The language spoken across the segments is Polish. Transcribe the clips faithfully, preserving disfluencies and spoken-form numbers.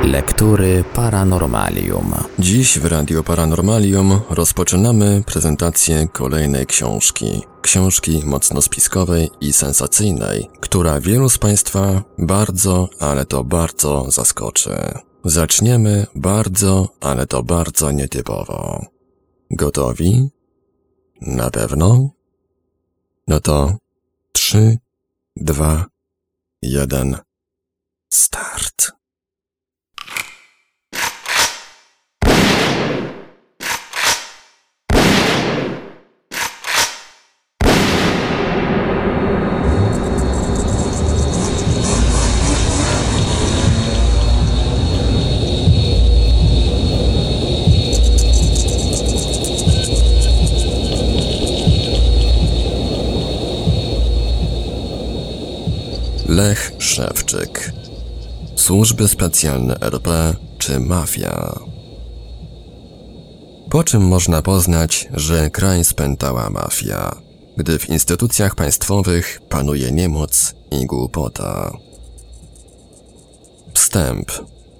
Lektury Paranormalium. Dziś w Radio Paranormalium rozpoczynamy prezentację kolejnej książki. Książki mocno spiskowej i sensacyjnej, która wielu z Państwa bardzo, ale to bardzo zaskoczy. Zaczniemy bardzo, ale to bardzo nietypowo. Gotowi? Na pewno? No to trzy, dwa, jeden, start. Lech Szewczyk. Służby specjalne R P czy mafia? Po czym można poznać, że kraj spętała mafia? Gdy w instytucjach państwowych panuje niemoc i głupota. Wstęp.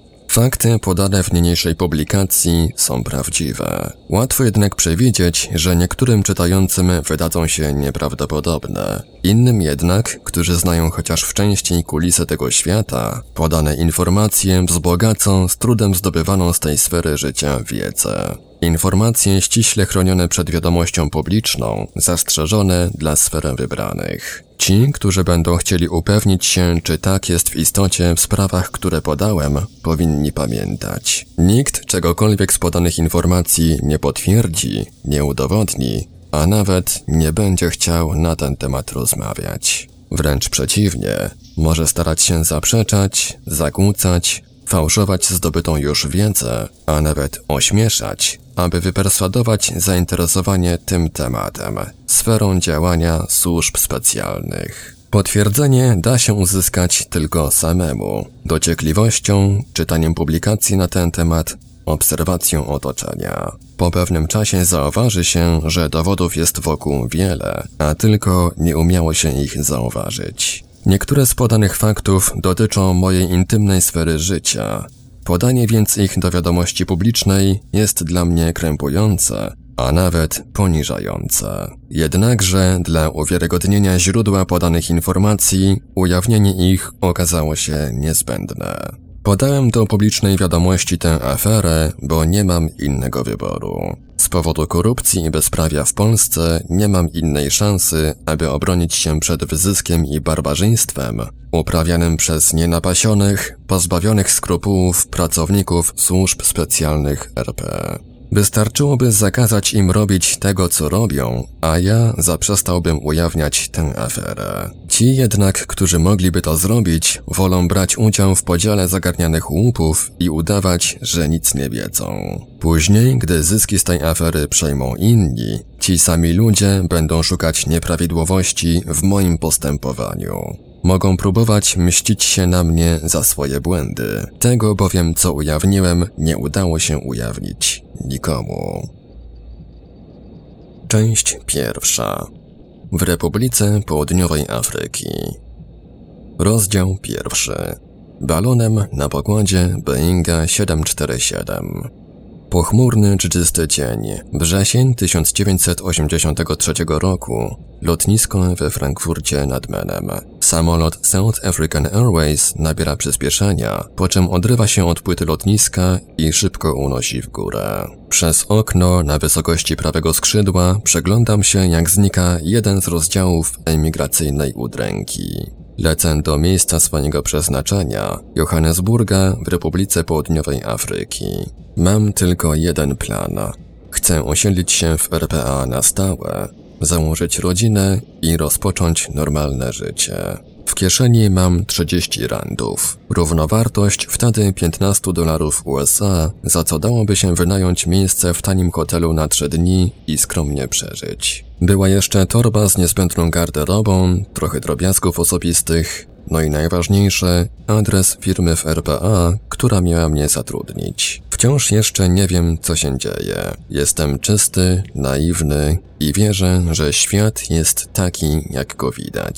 Fakty podane w niniejszej publikacji są prawdziwe. Łatwo jednak przewidzieć, że niektórym czytającym wydadzą się nieprawdopodobne. Innym jednak, którzy znają chociaż w części kulisy tego świata, podane informacje wzbogacą z trudem zdobywaną z tej sfery życia wiedzę. Informacje ściśle chronione przed wiadomością publiczną, zastrzeżone dla sfer wybranych. Ci, którzy będą chcieli upewnić się, czy tak jest w istocie w sprawach, które podałem, powinni pamiętać. Nikt czegokolwiek z podanych informacji nie potwierdzi, nie udowodni, a nawet nie będzie chciał na ten temat rozmawiać. Wręcz przeciwnie, może starać się zaprzeczać, zakłócać, fałszować zdobytą już wiedzę, a nawet ośmieszać, aby wyperswadować zainteresowanie tym tematem, sferą działania służb specjalnych. Potwierdzenie da się uzyskać tylko samemu, dociekliwością, czytaniem publikacji na ten temat, obserwacją otoczenia. Po pewnym czasie zauważy się, że dowodów jest wokół wiele, a tylko nie umiało się ich zauważyć. Niektóre z podanych faktów dotyczą mojej intymnej sfery życia. Podanie więc ich do wiadomości publicznej jest dla mnie krępujące, a nawet poniżające. Jednakże dla uwiarygodnienia źródła podanych informacji, ujawnienie ich okazało się niezbędne. Podałem do publicznej wiadomości tę aferę, bo nie mam innego wyboru. Z powodu korupcji i bezprawia w Polsce nie mam innej szansy, aby obronić się przed wyzyskiem i barbarzyństwem uprawianym przez nienapasionych, pozbawionych skrupułów pracowników służb specjalnych R P. Wystarczyłoby zakazać im robić tego, co robią, a ja zaprzestałbym ujawniać tę aferę. Ci jednak, którzy mogliby to zrobić, wolą brać udział w podziale zagarnianych łupów i udawać, że nic nie wiedzą. Później, gdy zyski z tej afery przejmą inni, ci sami ludzie będą szukać nieprawidłowości w moim postępowaniu. Mogą próbować mścić się na mnie za swoje błędy. Tego bowiem, co ujawniłem, nie udało się ujawnić nikomu. Część pierwsza. W Republice Południowej Afryki. Rozdział pierwszy. Balonem na pokładzie Boeinga siedem cztery siedem. Pochmurny, dżdżysty dzień, wrzesień tysiąc dziewięćset osiemdziesiątego trzeciego roku, lotnisko we Frankfurcie nad Menem. Samolot South African Airways nabiera przyspieszenia, po czym odrywa się od płyty lotniska i szybko unosi w górę. Przez okno na wysokości prawego skrzydła przeglądam się, jak znika jeden z rozdziałów emigracyjnej udręki. Lecę do miejsca swojego przeznaczenia, Johannesburga w Republice Południowej Afryki. Mam tylko jeden plan. Chcę osiedlić się w R P A na stałe, założyć rodzinę i rozpocząć normalne życie. W kieszeni mam trzydzieści randów. Równowartość wtedy piętnaście dolarów U S A, za co dałoby się wynająć miejsce w tanim hotelu na trzy dni i skromnie przeżyć. Była jeszcze torba z niezbędną garderobą, trochę drobiazgów osobistych, no i najważniejsze, adres firmy w R P A, która miała mnie zatrudnić. Wciąż jeszcze nie wiem, co się dzieje. Jestem czysty, naiwny i wierzę, że świat jest taki, jak go widać.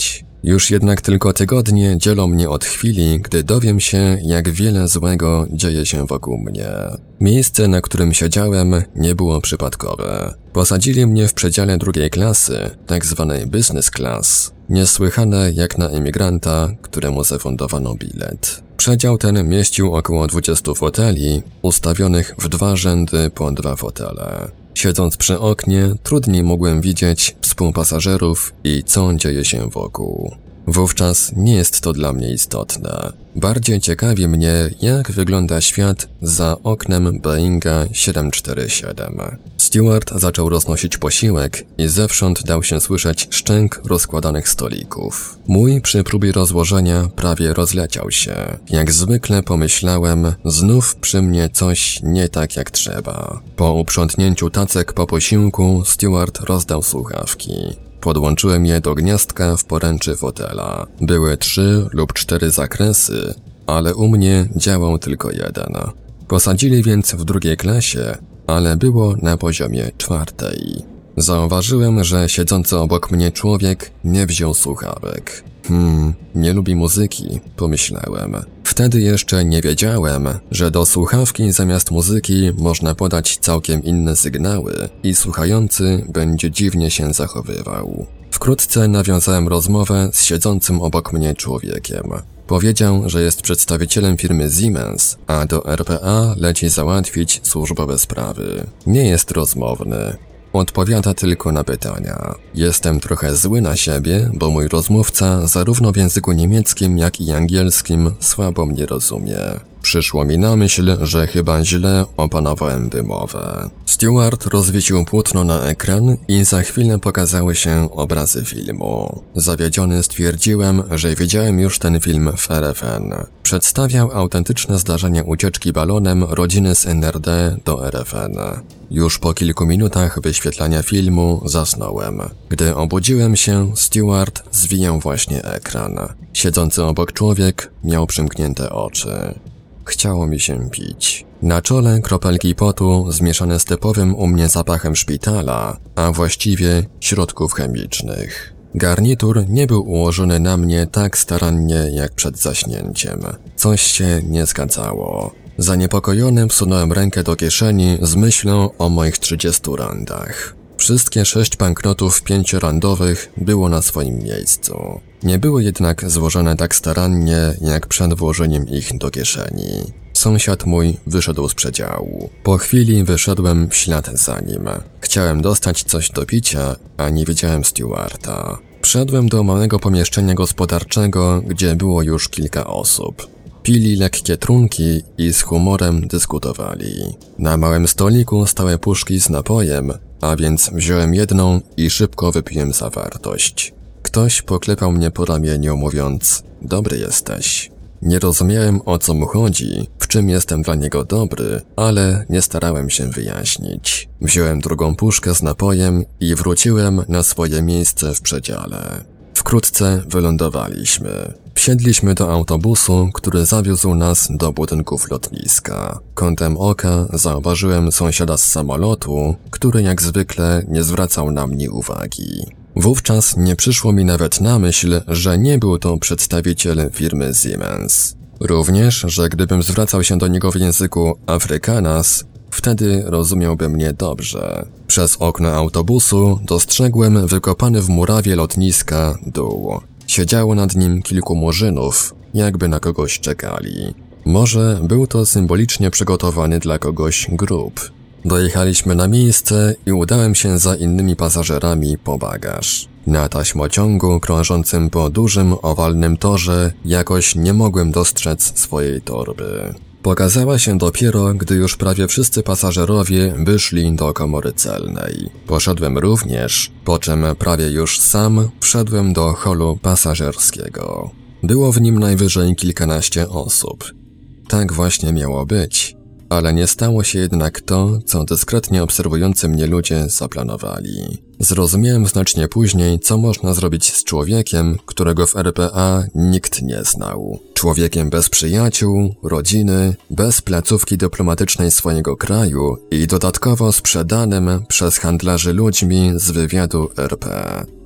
Już jednak tylko tygodnie dzielą mnie od chwili, gdy dowiem się, jak wiele złego dzieje się wokół mnie. Miejsce, na którym siedziałem, nie było przypadkowe. Posadzili mnie w przedziale drugiej klasy, tak zwanej business class. Niesłychane jak na emigranta, któremu zafundowano bilet. Przedział ten mieścił około dwudziestu foteli, ustawionych w dwa rzędy po dwa fotele. Siedząc przy oknie, trudniej mogłem widzieć współpasażerów i co dzieje się wokół. Wówczas nie jest to dla mnie istotne. Bardziej ciekawi mnie, jak wygląda świat za oknem Boeinga siedem cztery siedem. Steward zaczął roznosić posiłek i zewsząd dał się słyszeć szczęk rozkładanych stolików. Mój przy próbie rozłożenia prawie rozleciał się. Jak zwykle pomyślałem, znów przy mnie coś nie tak jak trzeba. Po uprzątnięciu tacek po posiłku steward rozdał słuchawki. Podłączyłem je do gniazdka w poręczy fotela. Były trzy lub cztery zakresy, ale u mnie działał tylko jeden. Posadzili więc w drugiej klasie, ale było na poziomie czwartej. Zauważyłem, że siedzący obok mnie człowiek nie wziął słuchawek. Hmm, nie lubi muzyki, pomyślałem. Wtedy jeszcze nie wiedziałem, że do słuchawki zamiast muzyki można podać całkiem inne sygnały i słuchający będzie dziwnie się zachowywał. Wkrótce nawiązałem rozmowę z siedzącym obok mnie człowiekiem. Powiedział, że jest przedstawicielem firmy Siemens, a do R P A leci załatwić służbowe sprawy. Nie jest rozmowny. Odpowiada tylko na pytania. Jestem trochę zły na siebie, bo mój rozmówca zarówno w języku niemieckim, jak i angielskim słabo mnie rozumie. Przyszło mi na myśl, że chyba źle opanowałem wymowę. Steward rozwiesił płótno na ekran i za chwilę pokazały się obrazy filmu. Zawiedziony stwierdziłem, że widziałem już ten film w R F N. Przedstawiał autentyczne zdarzenie ucieczki balonem rodziny z N R D do R F N. Już po kilku minutach wyświetlania filmu zasnąłem. Gdy obudziłem się, Steward zwijał właśnie ekran. Siedzący obok człowiek miał przymknięte oczy. Chciało mi się pić. Na czole kropelki potu zmieszane z typowym u mnie zapachem szpitala, a właściwie środków chemicznych. Garnitur nie był ułożony na mnie tak starannie jak przed zaśnięciem. Coś się nie zgadzało. Zaniepokojony wsunąłem rękę do kieszeni z myślą o moich trzydziestu randach. Wszystkie sześć banknotów pięciorandowych było na swoim miejscu. Nie były jednak złożone tak starannie, jak przed włożeniem ich do kieszeni. Sąsiad mój wyszedł z przedziału. Po chwili wyszedłem w ślad za nim. Chciałem dostać coś do picia, a nie widziałem stewarda. Wszedłem do małego pomieszczenia gospodarczego, gdzie było już kilka osób. Pili lekkie trunki i z humorem dyskutowali. Na małym stoliku stały puszki z napojem, a więc wziąłem jedną i szybko wypiłem zawartość. Ktoś poklepał mnie po ramieniu, mówiąc: dobry jesteś. Nie rozumiałem, o co mu chodzi, w czym jestem dla niego dobry, ale nie starałem się wyjaśnić. Wziąłem drugą puszkę z napojem i wróciłem na swoje miejsce w przedziale. Wkrótce wylądowaliśmy. Wsiedliśmy do autobusu, który zawiózł nas do budynków lotniska. Kątem oka zauważyłem sąsiada z samolotu, który jak zwykle nie zwracał na mnie uwagi. Wówczas nie przyszło mi nawet na myśl, że nie był to przedstawiciel firmy Siemens. Również, że gdybym zwracał się do niego w języku Afrikaans, wtedy rozumiałby mnie dobrze. Przez okno autobusu dostrzegłem wykopany w murawie lotniska dół. Siedziało nad nim kilku murzynów, jakby na kogoś czekali. Może był to symbolicznie przygotowany dla kogoś grób. Dojechaliśmy na miejsce i udałem się za innymi pasażerami po bagaż. Na taśmociągu krążącym po dużym, owalnym torze jakoś nie mogłem dostrzec swojej torby. Pokazała się dopiero, gdy już prawie wszyscy pasażerowie wyszli do komory celnej. Poszedłem również, po czym prawie już sam wszedłem do holu pasażerskiego. Było w nim najwyżej kilkanaście osób. Tak właśnie miało być, ale nie stało się jednak to, co dyskretnie obserwujący mnie ludzie zaplanowali. Zrozumiałem znacznie później, co można zrobić z człowiekiem, którego w R P A nikt nie znał. Człowiekiem bez przyjaciół, rodziny, bez placówki dyplomatycznej swojego kraju i dodatkowo sprzedanym przez handlarzy ludźmi z wywiadu R P.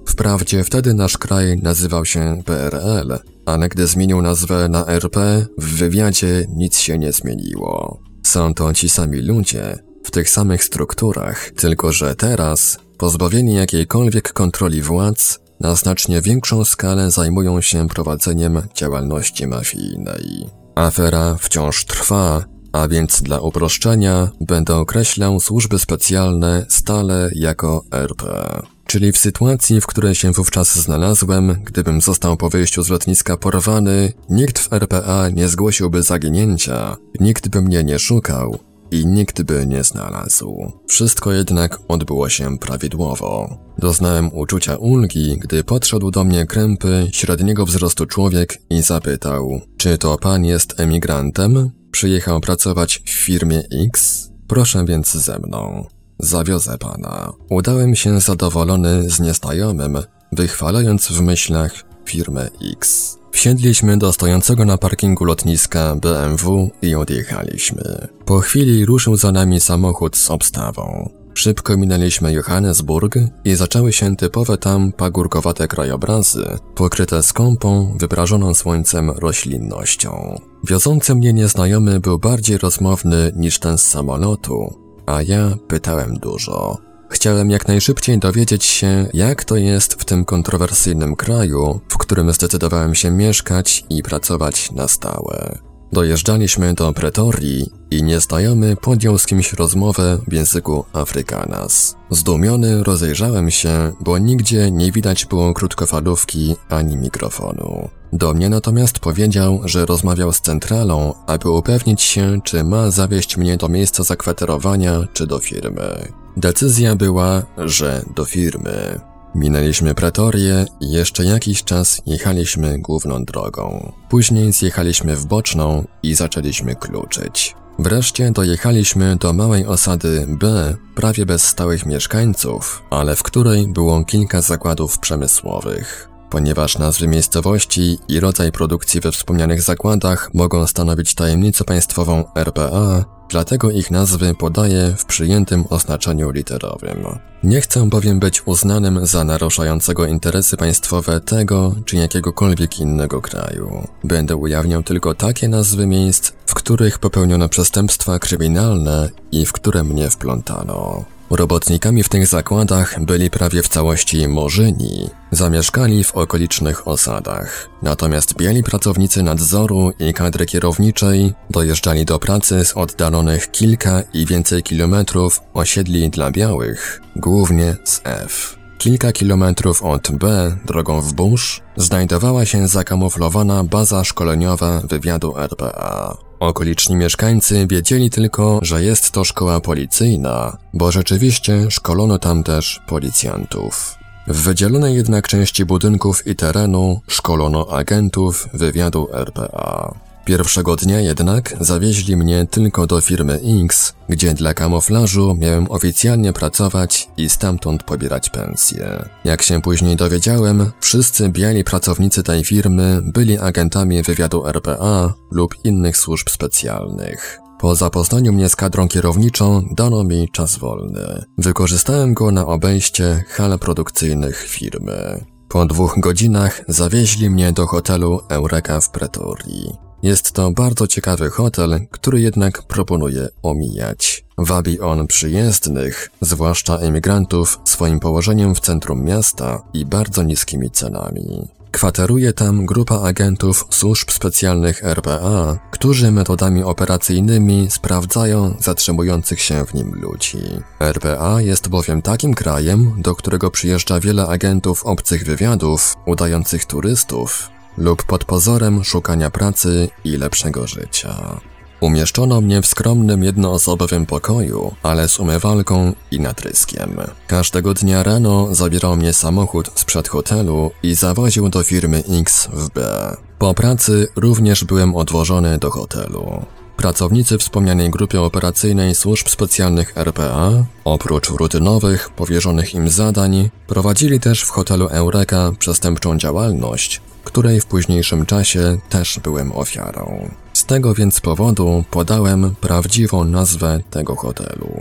Wprawdzie wtedy nasz kraj nazywał się P R L, ale gdy zmienił nazwę na R P, w wywiadzie nic się nie zmieniło. Są to ci sami ludzie, w tych samych strukturach, tylko że teraz, pozbawieni jakiejkolwiek kontroli władz, na znacznie większą skalę zajmują się prowadzeniem działalności mafijnej. Afera wciąż trwa, a więc dla uproszczenia będę określał służby specjalne stale jako R P. Czyli w sytuacji, w której się wówczas znalazłem, gdybym został po wyjściu z lotniska porwany, nikt w R P A nie zgłosiłby zaginięcia, nikt by mnie nie szukał i nikt by nie znalazł. Wszystko jednak odbyło się prawidłowo. Doznałem uczucia ulgi, gdy podszedł do mnie krępy, średniego wzrostu człowiek i zapytał: czy to pan jest emigrantem? Przyjechał pracować w firmie X? Proszę więc ze mną. Zawiozę pana. Udałem się zadowolony z nieznajomym, wychwalając w myślach firmę X. Wsiedliśmy do stojącego na parkingu lotniska B M W i odjechaliśmy. Po chwili ruszył za nami samochód z obstawą. Szybko minęliśmy Johannesburg i zaczęły się typowe tam pagórkowate krajobrazy, pokryte skąpą, wyprażoną słońcem roślinnością. Wiozący mnie nieznajomy był bardziej rozmowny niż ten z samolotu, a ja pytałem dużo. Chciałem jak najszybciej dowiedzieć się, jak to jest w tym kontrowersyjnym kraju, w którym zdecydowałem się mieszkać i pracować na stałe. Dojeżdżaliśmy do Pretorii i nieznajomy podjął z kimś rozmowę w języku Afrikaans. Zdumiony rozejrzałem się, bo nigdzie nie widać było krótkofalówki ani mikrofonu. Do mnie natomiast powiedział, że rozmawiał z centralą, aby upewnić się, czy ma zawieźć mnie do miejsca zakwaterowania, czy do firmy. Decyzja była, że do firmy. Minęliśmy Pretorię i jeszcze jakiś czas jechaliśmy główną drogą. Później zjechaliśmy w boczną i zaczęliśmy kluczyć. Wreszcie dojechaliśmy do małej osady B, prawie bez stałych mieszkańców, ale w której było kilka zakładów przemysłowych. Ponieważ nazwy miejscowości i rodzaj produkcji we wspomnianych zakładach mogą stanowić tajemnicę państwową R P A, dlatego ich nazwy podaję w przyjętym oznaczeniu literowym. Nie chcę bowiem być uznanym za naruszającego interesy państwowe tego czy jakiegokolwiek innego kraju. Będę ujawniał tylko takie nazwy miejsc, w których popełniono przestępstwa kryminalne i w które mnie wplątano. Robotnikami w tych zakładach byli prawie w całości Murzyni, zamieszkali w okolicznych osadach. Natomiast biali pracownicy nadzoru i kadry kierowniczej dojeżdżali do pracy z oddalonych kilka i więcej kilometrów osiedli dla białych, głównie z F. Kilka kilometrów od B, drogą w burz, znajdowała się zakamuflowana baza szkoleniowa wywiadu R P A. Okoliczni mieszkańcy wiedzieli tylko, że jest to szkoła policyjna, bo rzeczywiście szkolono tam też policjantów. W wydzielonej jednak części budynków i terenu szkolono agentów wywiadu R P A. Pierwszego dnia jednak zawieźli mnie tylko do firmy X, gdzie dla kamuflażu miałem oficjalnie pracować i stamtąd pobierać pensję. Jak się później dowiedziałem, wszyscy biali pracownicy tej firmy byli agentami wywiadu R P A lub innych służb specjalnych. Po zapoznaniu mnie z kadrą kierowniczą dano mi czas wolny. Wykorzystałem go na obejście hal produkcyjnych firmy. Po dwóch godzinach zawieźli mnie do hotelu Eureka w Pretorii. Jest to bardzo ciekawy hotel, który jednak proponuję omijać. Wabi on przyjezdnych, zwłaszcza emigrantów, swoim położeniem w centrum miasta i bardzo niskimi cenami. Kwateruje tam grupa agentów służb specjalnych R P A, którzy metodami operacyjnymi sprawdzają zatrzymujących się w nim ludzi. R P A jest bowiem takim krajem, do którego przyjeżdża wiele agentów obcych wywiadów, udających turystów, lub pod pozorem szukania pracy i lepszego życia. Umieszczono mnie w skromnym jednoosobowym pokoju, ale z umywalką i natryskiem. Każdego dnia rano zabierał mnie samochód sprzed hotelu i zawoził do firmy X w B. Po pracy również byłem odwożony do hotelu. Pracownicy wspomnianej grupy operacyjnej służb specjalnych R P A, oprócz rutynowych, powierzonych im zadań, prowadzili też w hotelu Eureka przestępczą działalność, której w późniejszym czasie też byłem ofiarą. Z tego więc powodu podałem prawdziwą nazwę tego hotelu.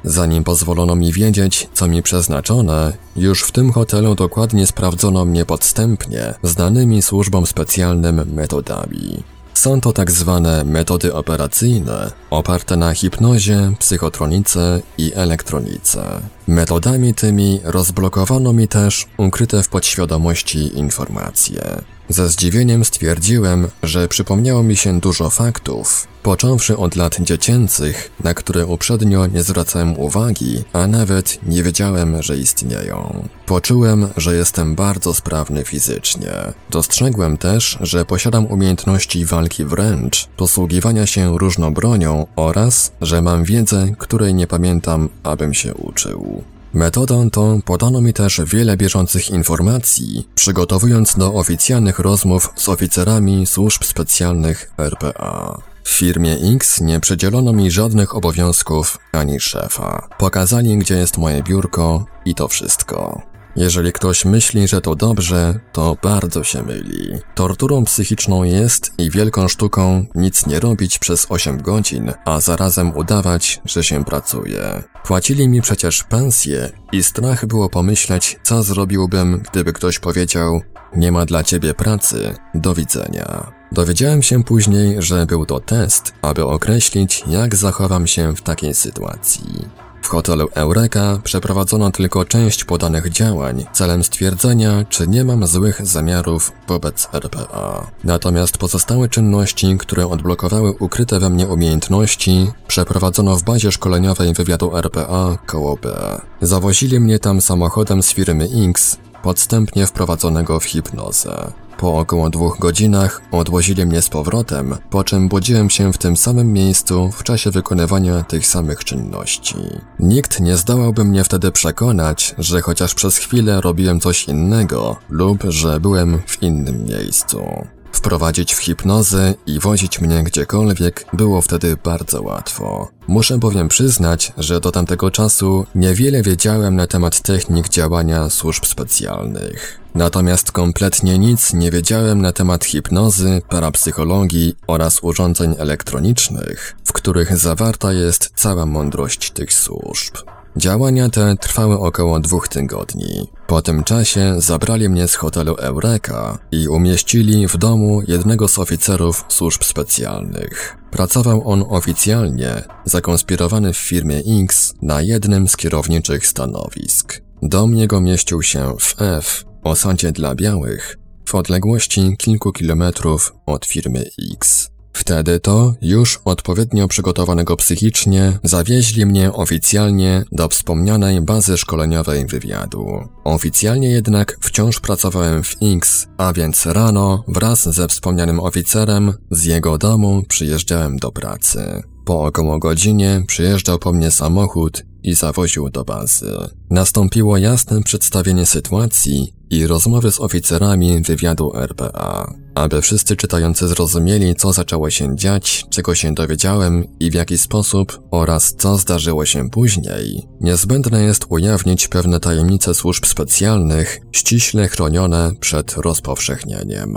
Zanim pozwolono mi wiedzieć, co mi przeznaczone, już w tym hotelu dokładnie sprawdzono mnie podstępnie znanymi służbom specjalnym metodami. Są to tak zwane metody operacyjne, oparte na hipnozie, psychotronice i elektronice. Metodami tymi rozblokowano mi też ukryte w podświadomości informacje. Ze zdziwieniem stwierdziłem, że przypomniało mi się dużo faktów, począwszy od lat dziecięcych, na które uprzednio nie zwracałem uwagi, a nawet nie wiedziałem, że istnieją. Poczułem, że jestem bardzo sprawny fizycznie. Dostrzegłem też, że posiadam umiejętności walki wręcz, posługiwania się różną bronią oraz, że mam wiedzę, której nie pamiętam, abym się uczył. Metodą tą podano mi też wiele bieżących informacji, przygotowując do oficjalnych rozmów z oficerami służb specjalnych R P A. W firmie X nie przydzielono mi żadnych obowiązków ani szefa. Pokazali, gdzie jest moje biurko i to wszystko. Jeżeli ktoś myśli, że to dobrze, to bardzo się myli. Torturą psychiczną jest i wielką sztuką nic nie robić przez osiem godzin, a zarazem udawać, że się pracuje. Płacili mi przecież pensję i strach było pomyśleć, co zrobiłbym, gdyby ktoś powiedział: nie ma dla ciebie pracy, do widzenia. Dowiedziałem się później, że był to test, aby określić, jak zachowam się w takiej sytuacji. W hotelu Eureka przeprowadzono tylko część podanych działań celem stwierdzenia, czy nie mam złych zamiarów wobec R P A. Natomiast pozostałe czynności, które odblokowały ukryte we mnie umiejętności, przeprowadzono w bazie szkoleniowej wywiadu R P A koło B. Zawozili mnie tam samochodem z firmy X, podstępnie wprowadzonego w hipnozę. Po około dwóch godzinach odwozili mnie z powrotem, po czym budziłem się w tym samym miejscu w czasie wykonywania tych samych czynności. Nikt nie zdołałby mnie wtedy przekonać, że chociaż przez chwilę robiłem coś innego lub że byłem w innym miejscu. Wprowadzić w hipnozę i wozić mnie gdziekolwiek było wtedy bardzo łatwo. Muszę bowiem przyznać, że do tamtego czasu niewiele wiedziałem na temat technik działania służb specjalnych. Natomiast kompletnie nic nie wiedziałem na temat hipnozy, parapsychologii oraz urządzeń elektronicznych, w których zawarta jest cała mądrość tych służb. Działania te trwały około dwóch tygodni. Po tym czasie zabrali mnie z hotelu Eureka i umieścili w domu jednego z oficerów służb specjalnych. Pracował on oficjalnie, zakonspirowany w firmie X na jednym z kierowniczych stanowisk. Dom jego mieścił się w F, osadzie dla białych, w odległości kilku kilometrów od firmy X. Wtedy to, już odpowiednio przygotowanego psychicznie, zawieźli mnie oficjalnie do wspomnianej bazy szkoleniowej wywiadu. Oficjalnie jednak wciąż pracowałem w X, a więc rano wraz ze wspomnianym oficerem z jego domu przyjeżdżałem do pracy. Po około godzinie przyjeżdżał po mnie samochód i zawoził do bazy. Nastąpiło jasne przedstawienie sytuacji i rozmowy z oficerami wywiadu R P A. Aby wszyscy czytający zrozumieli, co zaczęło się dziać, czego się dowiedziałem i w jaki sposób oraz co zdarzyło się później, niezbędne jest ujawnić pewne tajemnice służb specjalnych, ściśle chronione przed rozpowszechnieniem.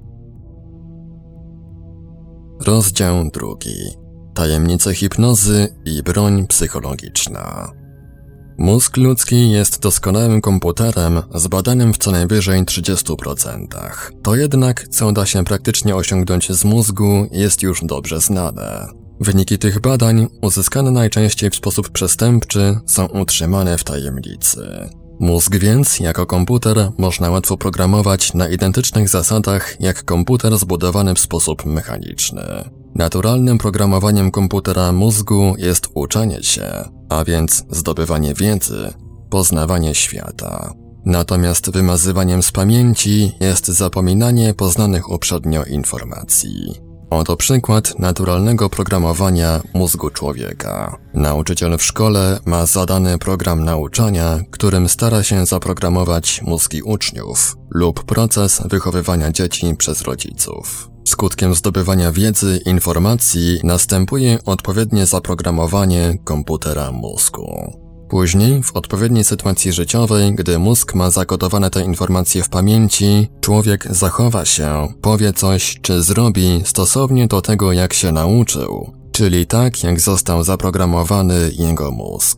Rozdział drugi. Tajemnice hipnozy i broń psychologiczna. Mózg ludzki jest doskonałym komputerem zbadanym w co najwyżej trzydziestu procentach. To jednak, co da się praktycznie osiągnąć z mózgu, jest już dobrze znane. Wyniki tych badań, uzyskane najczęściej w sposób przestępczy, są utrzymane w tajemnicy. Mózg więc, jako komputer, można łatwo programować na identycznych zasadach jak komputer zbudowany w sposób mechaniczny. Naturalnym programowaniem komputera mózgu jest uczenie się, a więc zdobywanie wiedzy, poznawanie świata. Natomiast wymazywaniem z pamięci jest zapominanie poznanych uprzednio informacji. Oto przykład naturalnego programowania mózgu człowieka. Nauczyciel w szkole ma zadany program nauczania, którym stara się zaprogramować mózgi uczniów lub proces wychowywania dzieci przez rodziców. Skutkiem zdobywania wiedzy i informacji następuje odpowiednie zaprogramowanie komputera mózgu. Później, w odpowiedniej sytuacji życiowej, gdy mózg ma zakodowane te informacje w pamięci, człowiek zachowa się, powie coś czy zrobi stosownie do tego, jak się nauczył, czyli tak, jak został zaprogramowany jego mózg.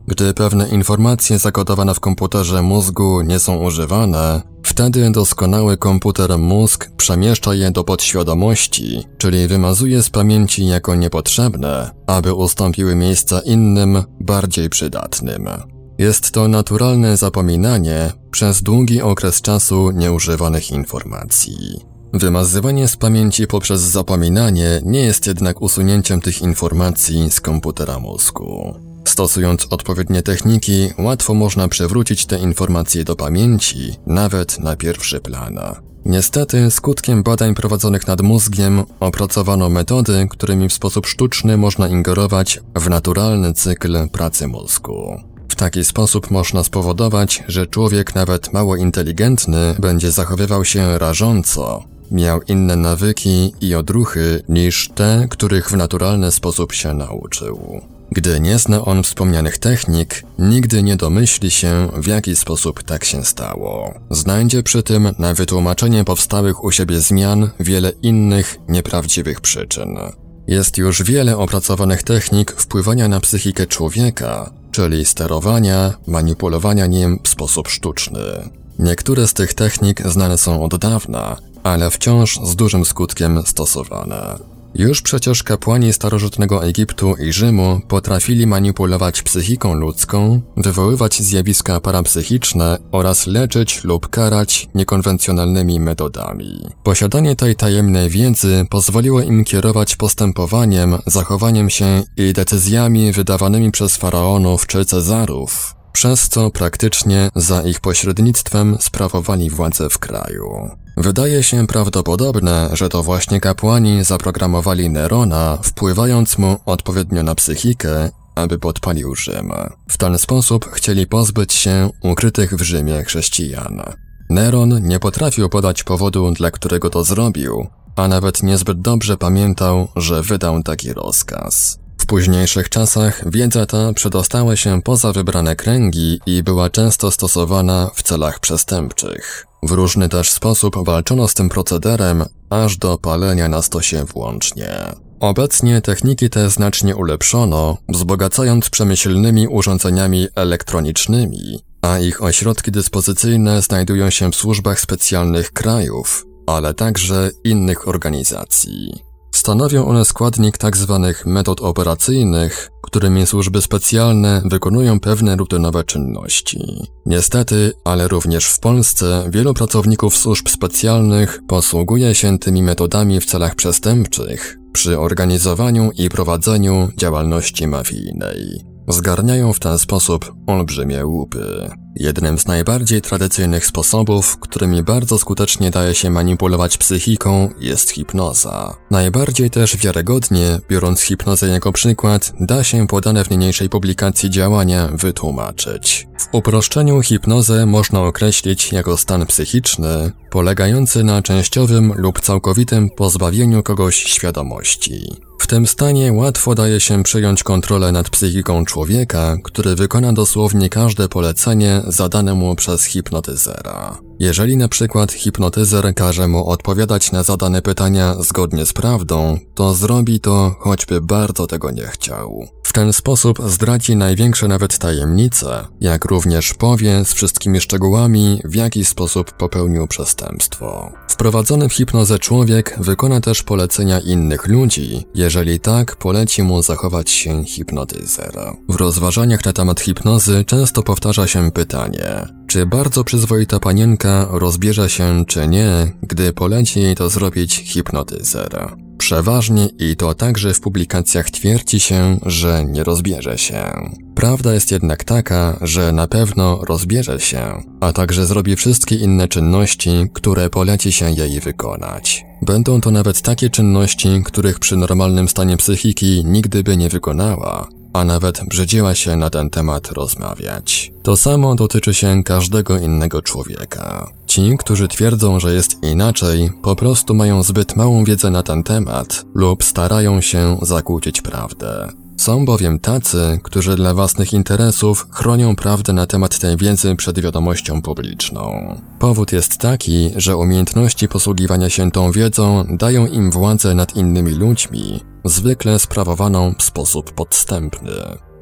Gdy pewne informacje zakodowane w komputerze mózgu nie są używane, wtedy doskonały komputer mózg przemieszcza je do podświadomości, czyli wymazuje z pamięci jako niepotrzebne, aby ustąpiły miejsca innym, bardziej przydatnym. Jest to naturalne zapominanie przez długi okres czasu nieużywanych informacji. Wymazywanie z pamięci poprzez zapominanie nie jest jednak usunięciem tych informacji z komputera mózgu. Stosując odpowiednie techniki, łatwo można przywrócić te informacje do pamięci, nawet na pierwszy plan. Niestety, skutkiem badań prowadzonych nad mózgiem opracowano metody, którymi w sposób sztuczny można ingerować w naturalny cykl pracy mózgu. W taki sposób można spowodować, że człowiek nawet mało inteligentny będzie zachowywał się rażąco, miał inne nawyki i odruchy niż te, których w naturalny sposób się nauczył. Gdy nie zna on wspomnianych technik, nigdy nie domyśli się, w jaki sposób tak się stało. Znajdzie przy tym na wytłumaczenie powstałych u siebie zmian wiele innych, nieprawdziwych przyczyn. Jest już wiele opracowanych technik wpływania na psychikę człowieka, czyli sterowania, manipulowania nim w sposób sztuczny. Niektóre z tych technik znane są od dawna, ale wciąż z dużym skutkiem stosowane. Już przecież kapłani starożytnego Egiptu i Rzymu potrafili manipulować psychiką ludzką, wywoływać zjawiska parapsychiczne oraz leczyć lub karać niekonwencjonalnymi metodami. Posiadanie tej tajemnej wiedzy pozwoliło im kierować postępowaniem, zachowaniem się i decyzjami wydawanymi przez faraonów czy cezarów, przez co praktycznie za ich pośrednictwem sprawowali władzę w kraju. Wydaje się prawdopodobne, że to właśnie kapłani zaprogramowali Nerona, wpływając mu odpowiednio na psychikę, aby podpalił Rzym. W ten sposób chcieli pozbyć się ukrytych w Rzymie chrześcijan. Neron nie potrafił podać powodu, dla którego to zrobił, a nawet niezbyt dobrze pamiętał, że wydał taki rozkaz. W późniejszych czasach wiedza ta przedostała się poza wybrane kręgi i była często stosowana w celach przestępczych. W różny też sposób walczono z tym procederem, aż do palenia na stosie włącznie. Obecnie techniki te znacznie ulepszono, wzbogacając przemyślnymi urządzeniami elektronicznymi, a ich ośrodki dyspozycyjne znajdują się w służbach specjalnych krajów, ale także innych organizacji. Stanowią one składnik tzw. metod operacyjnych, którymi służby specjalne wykonują pewne rutynowe czynności. Niestety, ale również w Polsce wielu pracowników służb specjalnych posługuje się tymi metodami w celach przestępczych przy organizowaniu i prowadzeniu działalności mafijnej. Zgarniają w ten sposób olbrzymie łupy. Jednym z najbardziej tradycyjnych sposobów, którymi bardzo skutecznie daje się manipulować psychiką, jest hipnoza. Najbardziej też wiarygodnie, biorąc hipnozę jako przykład, da się podane w niniejszej publikacji działania wytłumaczyć. W uproszczeniu hipnozę można określić jako stan psychiczny, polegający na częściowym lub całkowitym pozbawieniu kogoś świadomości. W tym stanie łatwo daje się przejąć kontrolę nad psychiką człowieka, który wykona dosłownie każde polecenie zadane mu przez hipnotyzera. Jeżeli na przykład hipnotyzer każe mu odpowiadać na zadane pytania zgodnie z prawdą, to zrobi to, choćby bardzo tego nie chciał. W ten sposób zdradzi największe nawet tajemnice, jak również powie z wszystkimi szczegółami, w jaki sposób popełnił przestępstwo. Wprowadzony w hipnozę człowiek wykona też polecenia innych ludzi, jeżeli tak, poleci mu zachować się hipnotyzer. W rozważaniach na temat hipnozy często powtarza się pytanie, czy bardzo przyzwoita panienka rozbierze się czy nie, gdy poleci jej to zrobić hipnotyzer. Przeważnie i to także w publikacjach twierdzi się, że nie rozbierze się. Prawda jest jednak taka, że na pewno rozbierze się, a także zrobi wszystkie inne czynności, które poleci się jej wykonać. Będą to nawet takie czynności, których przy normalnym stanie psychiki nigdy by nie wykonała, a nawet brzydziła się na ten temat rozmawiać. To samo dotyczy się każdego innego człowieka. Ci, którzy twierdzą, że jest inaczej, po prostu mają zbyt małą wiedzę na ten temat lub starają się zakłócić prawdę. Są bowiem tacy, którzy dla własnych interesów chronią prawdę na temat tej wiedzy przed wiadomością publiczną. Powód jest taki, że umiejętności posługiwania się tą wiedzą dają im władzę nad innymi ludźmi, zwykle sprawowaną w sposób podstępny.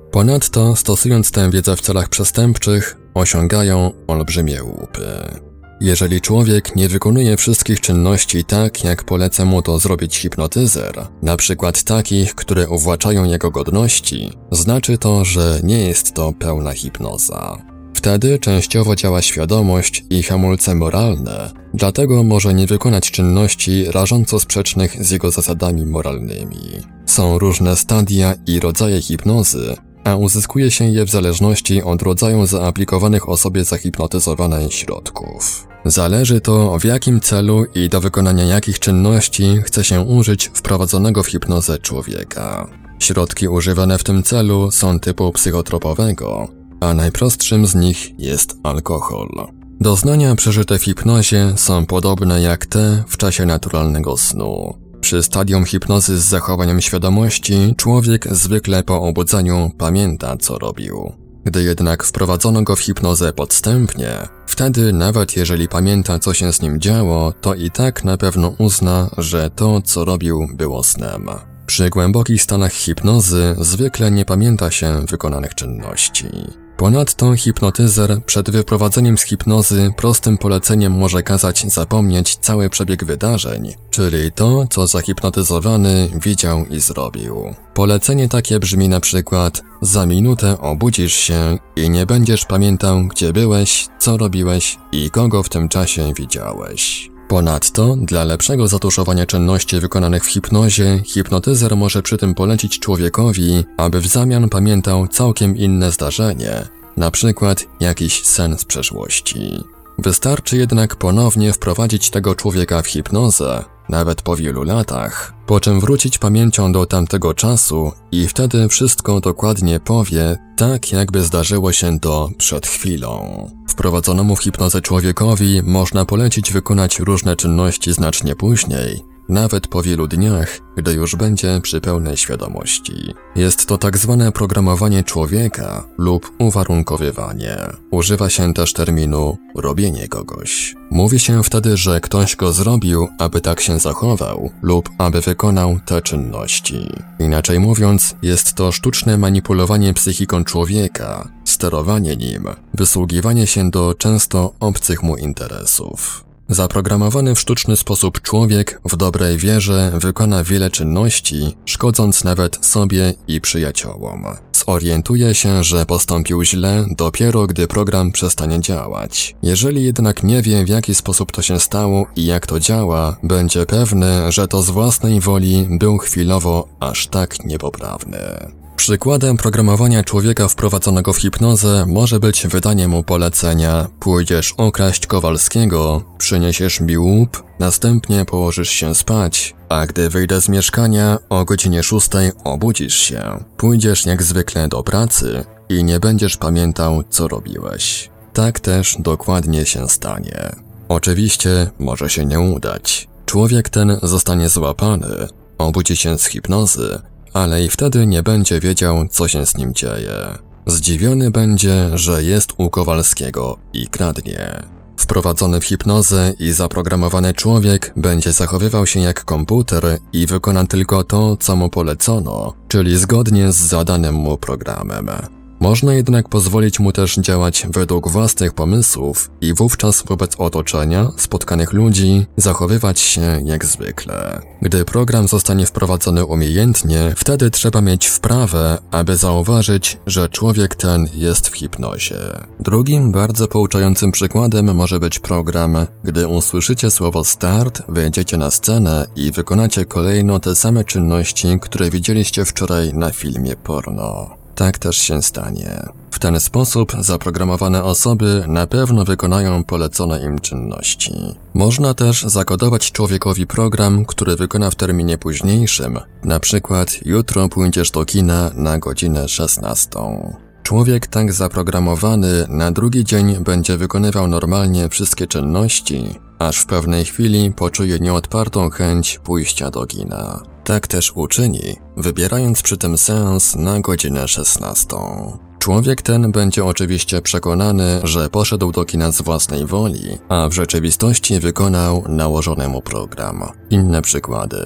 Ponadto, stosując tę wiedzę w celach przestępczych, osiągają olbrzymie łupy. Jeżeli człowiek nie wykonuje wszystkich czynności tak, jak poleca mu to zrobić hipnotyzer, na przykład takich, które uwłaczają jego godności, znaczy to, że nie jest to pełna hipnoza. Wtedy częściowo działa świadomość i hamulce moralne, dlatego może nie wykonać czynności rażąco sprzecznych z jego zasadami moralnymi. Są różne stadia i rodzaje hipnozy, a uzyskuje się je w zależności od rodzaju zaaplikowanych osobie zahipnotyzowanej środków. Zależy to, w jakim celu i do wykonania jakich czynności chce się użyć wprowadzonego w hipnozę człowieka. Środki używane w tym celu są typu psychotropowego, a najprostszym z nich jest alkohol. Doznania przeżyte w hipnozie są podobne jak te w czasie naturalnego snu. Przy stadium hipnozy z zachowaniem świadomości człowiek zwykle po obudzeniu pamięta, co robił. Gdy jednak wprowadzono go w hipnozę podstępnie, wtedy nawet jeżeli pamięta, co się z nim działo, to i tak na pewno uzna, że to, co robił, było snem. Przy głębokich stanach hipnozy zwykle nie pamięta się wykonanych czynności. Ponadto hipnotyzer przed wyprowadzeniem z hipnozy prostym poleceniem może kazać zapomnieć cały przebieg wydarzeń, czyli to, co zahipnotyzowany widział i zrobił. Polecenie takie brzmi na przykład: za minutę obudzisz się i nie będziesz pamiętał, gdzie byłeś, co robiłeś i kogo w tym czasie widziałeś. Ponadto, dla lepszego zatuszowania czynności wykonanych w hipnozie, hipnotyzer może przy tym polecić człowiekowi, aby w zamian pamiętał całkiem inne zdarzenie, na przykład jakiś sen z przeszłości. Wystarczy jednak ponownie wprowadzić tego człowieka w hipnozę, nawet po wielu latach, po czym wrócić pamięcią do tamtego czasu i wtedy wszystko dokładnie powie, tak jakby zdarzyło się to przed chwilą. Wprowadzonemu w hipnozę człowiekowi można polecić wykonać różne czynności znacznie później, nawet po wielu dniach, gdy już będzie przy pełnej świadomości. Jest to tak zwane programowanie człowieka lub uwarunkowywanie. Używa się też terminu robienie kogoś. Mówi się wtedy, że ktoś go zrobił, aby tak się zachował lub aby wykonał te czynności. Inaczej mówiąc, jest to sztuczne manipulowanie psychiką człowieka, sterowanie nim, wysługiwanie się do często obcych mu interesów. Zaprogramowany w sztuczny sposób człowiek w dobrej wierze wykona wiele czynności, szkodząc nawet sobie i przyjaciołom. Zorientuje się, że postąpił źle dopiero gdy program przestanie działać. Jeżeli jednak nie wie, w jaki sposób to się stało i jak to działa, będzie pewny, że to z własnej woli był chwilowo aż tak niepoprawny. Przykładem programowania człowieka wprowadzonego w hipnozę może być wydanie mu polecenia: pójdziesz okraść Kowalskiego, przyniesiesz mi łup, następnie położysz się spać, a gdy wyjdę z mieszkania o godzinie szóstej obudzisz się, pójdziesz jak zwykle do pracy i nie będziesz pamiętał, co robiłeś. Tak też dokładnie się stanie. Oczywiście może się nie udać. Człowiek ten zostanie złapany, obudzi się z hipnozy, ale i wtedy nie będzie wiedział, co się z nim dzieje. Zdziwiony będzie, że jest u Kowalskiego i kradnie. Wprowadzony w hipnozę i zaprogramowany człowiek będzie zachowywał się jak komputer i wykona tylko to, co mu polecono, czyli zgodnie z zadanym mu programem. Można jednak pozwolić mu też działać według własnych pomysłów i wówczas wobec otoczenia, spotkanych ludzi, zachowywać się jak zwykle. Gdy program zostanie wprowadzony umiejętnie, wtedy trzeba mieć wprawę, aby zauważyć, że człowiek ten jest w hipnozie. Drugim bardzo pouczającym przykładem może być program: gdy usłyszycie słowo start, wejdziecie na scenę i wykonacie kolejno te same czynności, które widzieliście wczoraj na filmie porno. Tak też się stanie. W ten sposób zaprogramowane osoby na pewno wykonają polecone im czynności. Można też zakodować człowiekowi program, który wykona w terminie późniejszym, na przykład jutro pójdziesz do kina na godzinę szesnastą. Człowiek tak zaprogramowany na drugi dzień będzie wykonywał normalnie wszystkie czynności, aż w pewnej chwili poczuje nieodpartą chęć pójścia do kina. Tak też uczyni, wybierając przy tym seans na godzinę szesnastą. Człowiek ten będzie oczywiście przekonany, że poszedł do kina z własnej woli, a w rzeczywistości wykonał nałożony mu program. Inne przykłady.